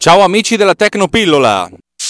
Ciao amici della Tecnopillola!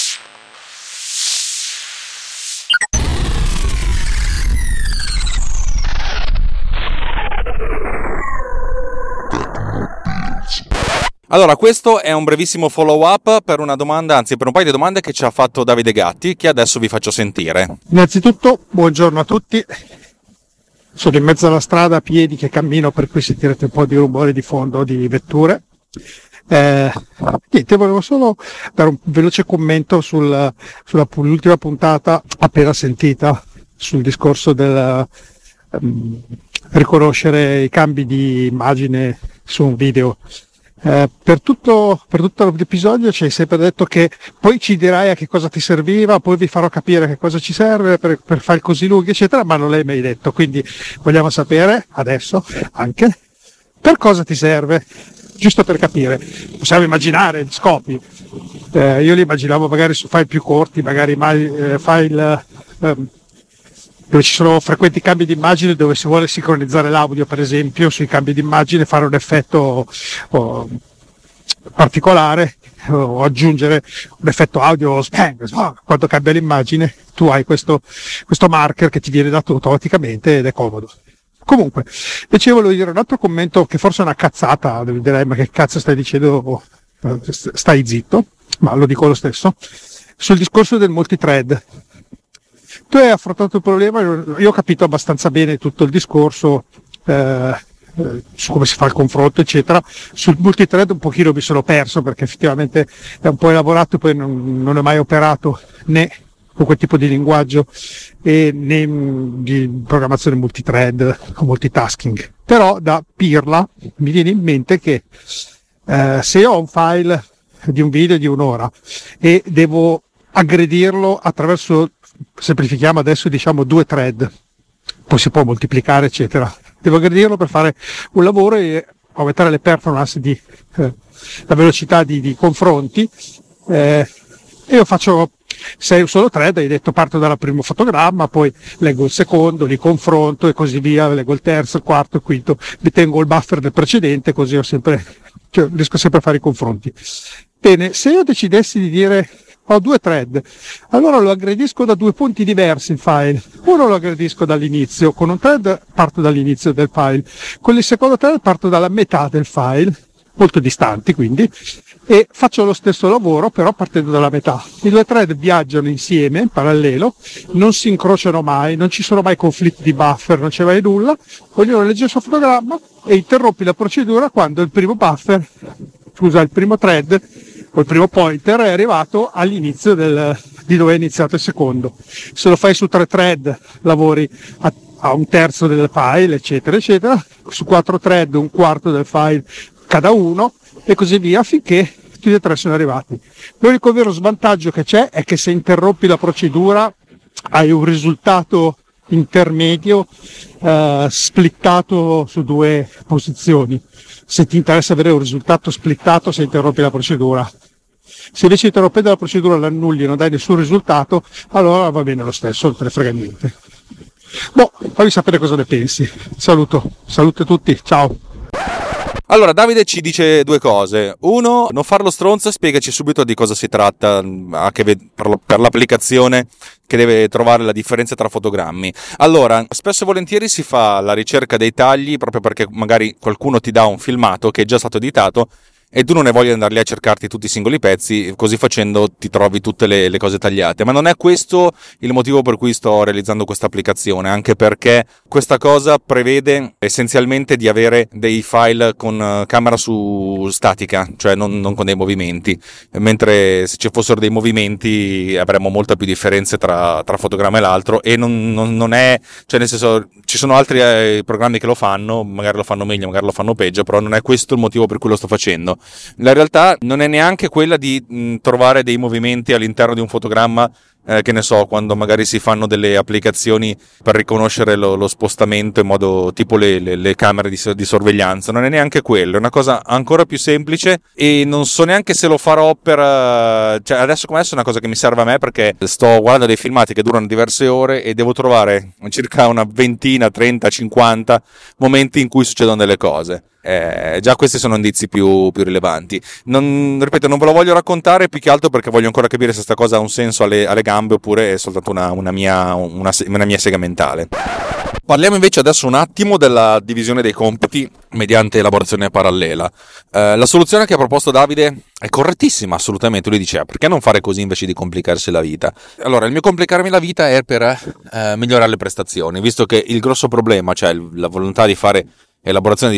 Allora, questo è un brevissimo follow-up per una domanda, anzi per un paio di domande che ci ha fatto Davide Gatti, che adesso vi faccio sentire. Innanzitutto, buongiorno a tutti. Sono in mezzo alla strada a piedi che cammino, per cui sentirete un po' di rumore di fondo di vetture. Niente, volevo solo dare un veloce commento sull'ultima puntata appena sentita sul discorso del riconoscere i cambi di immagine su un video. Per tutto l'episodio ci hai sempre detto che poi ci dirai a che cosa ti serviva, poi vi farò capire che cosa ci serve per fare così lunghi eccetera, ma non l'hai mai detto, quindi vogliamo sapere adesso anche per cosa ti serve, giusto per capire. Possiamo immaginare gli scopi, io li immaginavo magari su file più corti, magari file dove ci sono frequenti cambi di immagine, dove si vuole sincronizzare l'audio, per esempio, sui cambi di immagine, fare un effetto particolare o aggiungere un effetto audio quando cambia l'immagine, tu hai questo marker che ti viene dato automaticamente ed è comodo. Comunque, invece volevo dire un altro commento che forse è una cazzata, direi, ma che cazzo stai dicendo? Stai zitto, ma lo dico lo stesso, sul discorso del multithread. Tu hai affrontato il problema, io ho capito abbastanza bene tutto il discorso su come si fa il confronto eccetera. Sul multithread un pochino mi sono perso, perché effettivamente è un po' elaborato e poi non ho mai operato né con quel tipo di linguaggio né di programmazione multithread o multitasking. Però da pirla mi viene in mente che se io ho un file di un video di un'ora e devo aggredirlo attraverso, semplifichiamo adesso, diciamo 2 thread, poi si può moltiplicare eccetera, devo aggredirlo per fare un lavoro e aumentare le performance la velocità di confronti, e io faccio 6 solo thread, hai detto parto dal primo fotogramma, poi leggo il secondo, li confronto e così via, leggo il terzo, il quarto, il quinto, mi tengo il buffer del precedente, così riesco sempre a fare i confronti. Bene, se io decidessi di dire ho 2 thread, allora lo aggredisco da 2 punti diversi il file. Uno lo aggredisco dall'inizio, con un thread parto dall'inizio del file, con il secondo thread parto dalla metà del file, molto distanti quindi, e faccio lo stesso lavoro però partendo dalla metà. I 2 thread viaggiano insieme, in parallelo, non si incrociano mai, non ci sono mai conflitti di buffer, non c'è mai nulla, ognuno legge il suo fotogramma e interrompi la procedura quando il primo thread o il primo pointer è arrivato all'inizio di dove è iniziato il secondo. Se lo fai su 3 thread lavori a un terzo del file eccetera eccetera, su 4 thread un quarto del file cada uno e così via finché tutti e 3 sono arrivati. L'unico vero svantaggio che c'è è che se interrompi la procedura hai un risultato intermedio splittato su 2 posizioni. Se ti interessa avere un risultato splittato, se interrompi la procedura. Se invece interrompendo la procedura l'annulli e non dai nessun risultato, allora va bene lo stesso, non te ne frega niente. Fammi sapere cosa ne pensi. Salute a tutti, ciao. Allora, Davide ci dice 2 cose. Uno, non farlo stronzo, spiegaci subito di cosa si tratta per l'applicazione che deve trovare la differenza tra fotogrammi. Allora, spesso e volentieri si fa la ricerca dei tagli proprio perché magari qualcuno ti dà un filmato che è già stato editato e tu non hai voglia di andare lì a cercarti tutti i singoli pezzi, così facendo ti trovi tutte le cose tagliate. Ma non è questo il motivo per cui sto realizzando questa applicazione, anche perché questa cosa prevede essenzialmente di avere dei file con camera su statica, cioè non con dei movimenti, mentre se ci fossero dei movimenti avremmo molta più differenze tra fotogramma e l'altro, e non è, cioè nel senso, ci sono altri programmi che lo fanno, magari lo fanno meglio, magari lo fanno peggio, però non è questo il motivo per cui lo sto facendo. La realtà non è neanche quella di trovare dei movimenti all'interno di un fotogramma che ne so, quando magari si fanno delle applicazioni per riconoscere lo spostamento in modo tipo le camere di sorveglianza. Non è neanche quello, è una cosa ancora più semplice e non so neanche se lo farò cioè adesso come adesso è una cosa che mi serve a me, perché sto guardando dei filmati che durano diverse ore e devo trovare circa una ventina, 30, 50 momenti in cui succedono delle cose. Già questi sono indizi più rilevanti. Ripeto, non ve lo voglio raccontare più che altro perché voglio ancora capire se sta cosa ha un senso alle gambe oppure è soltanto una mia sega mentale. Parliamo invece adesso un attimo della divisione dei compiti mediante elaborazione parallela. La soluzione che ha proposto Davide è correttissima, assolutamente. Lui dice: perché non fare così invece di complicarsi la vita? Allora, il mio complicarmi la vita è per migliorare le prestazioni, visto che il grosso problema, cioè la volontà di fare elaborazione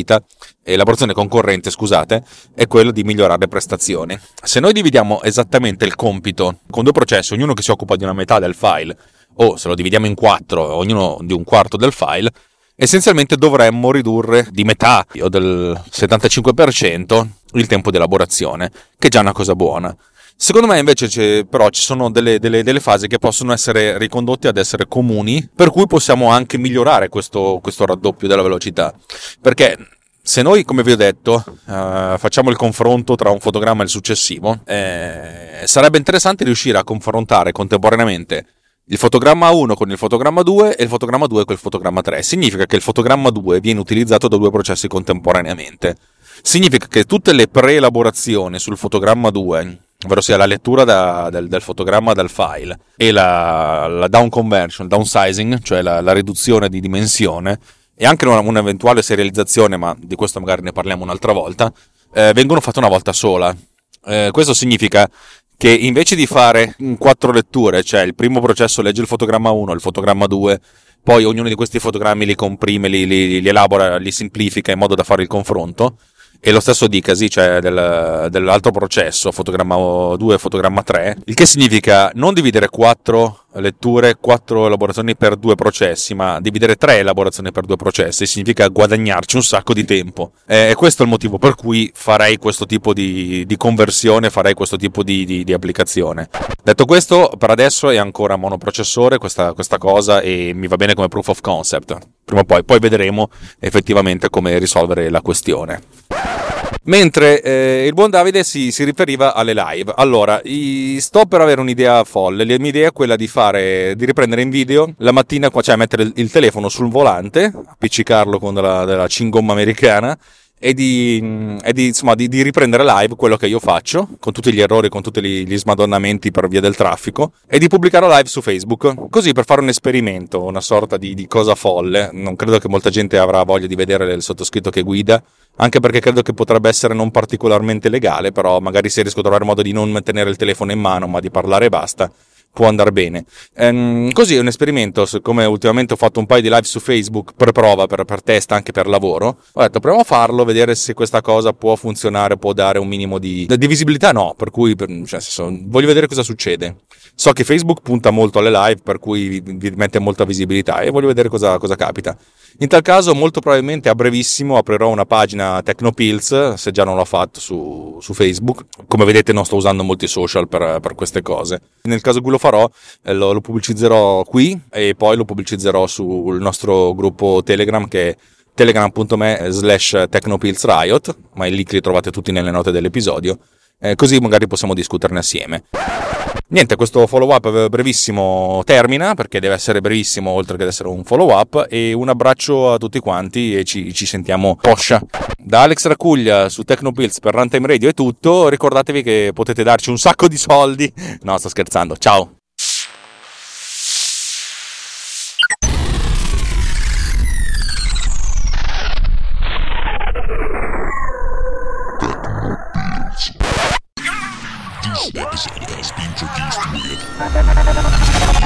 concorrente, scusate, è quello di migliorare le prestazioni. Se noi dividiamo esattamente il compito con due processi, ognuno che si occupa di una metà del file, o se lo dividiamo in 4, ognuno di un quarto del file, essenzialmente dovremmo ridurre di metà o del 75% il tempo di elaborazione, che è già una cosa buona. Secondo me invece però ci sono delle fasi che possono essere ricondotte ad essere comuni, per cui possiamo anche migliorare questo raddoppio della velocità. Perché se noi, come vi ho detto, facciamo il confronto tra un fotogramma e il successivo, sarebbe interessante riuscire a confrontare contemporaneamente il fotogramma 1 con il fotogramma 2 e il fotogramma 2 con il fotogramma 3. Significa che il fotogramma 2 viene utilizzato da due processi contemporaneamente. Significa che tutte le pre-elaborazioni sul fotogramma 2, ovvero sia la lettura del fotogramma dal file e la down conversion, downsizing, cioè la riduzione di dimensione, e anche un'eventuale serializzazione, ma di questo magari ne parliamo un'altra volta, vengono fatte una volta sola. Questo significa che invece di fare 4 letture, cioè il primo processo legge il fotogramma 1, il fotogramma 2, poi ognuno di questi fotogrammi li comprime, li elabora, li semplifica in modo da fare il confronto, e lo stesso dicasi, cioè dell'altro processo, fotogramma 2 e fotogramma 3, il che significa non dividere 4 letture, 4 elaborazioni per 2 processi, ma dividere 3 elaborazioni per 2 processi. Significa guadagnarci un sacco di tempo. E questo è il motivo per cui farei questo tipo di conversione, farei questo tipo di applicazione. Detto questo, per adesso è ancora monoprocessore questa cosa, e mi va bene come proof of concept. Prima o poi vedremo effettivamente come risolvere la questione. Mentre il buon Davide si riferiva alle live. Allora, sto per avere un'idea folle. La mia idea è quella di riprendere in video la mattina, cioè mettere il telefono sul volante, appiccicarlo con della cingomma americana e di riprendere live quello che io faccio, con tutti gli errori, con tutti gli smadonnamenti per via del traffico, e di pubblicarlo live su Facebook, così per fare un esperimento, una sorta di cosa folle. Non credo che molta gente avrà voglia di vedere il sottoscritto che guida, anche perché credo che potrebbe essere non particolarmente legale, però magari se riesco a trovare modo di non tenere il telefono in mano ma di parlare e basta, può andare bene. Così è un esperimento. Siccome ultimamente ho fatto un paio di live su Facebook per prova, per test, anche per lavoro, ho detto proviamo a farlo, vedere se questa cosa può funzionare, può dare un minimo di visibilità. No, per cui voglio vedere cosa succede. So che Facebook punta molto alle live, per cui vi mette molta visibilità, e voglio vedere cosa capita. In tal caso molto probabilmente a brevissimo aprirò una pagina Technopills, se già non l'ho fatto su Facebook. Come vedete non sto usando molti social per queste cose. Nel caso in cui lo farò, lo pubblicizzerò qui e poi lo pubblicizzerò sul nostro gruppo Telegram, che è telegram.me/technopillsriot, ma i link li trovate tutti nelle note dell'episodio, così magari possiamo discuterne assieme. Niente, questo follow up brevissimo termina, perché deve essere brevissimo oltre che ad essere un follow up, e un abbraccio a tutti quanti e ci sentiamo poscia. Da Alex Racuglia su Technopills per Runtime Radio è tutto. Ricordatevi che potete darci un sacco di soldi. No, sto scherzando, ciao. This episode has been produced with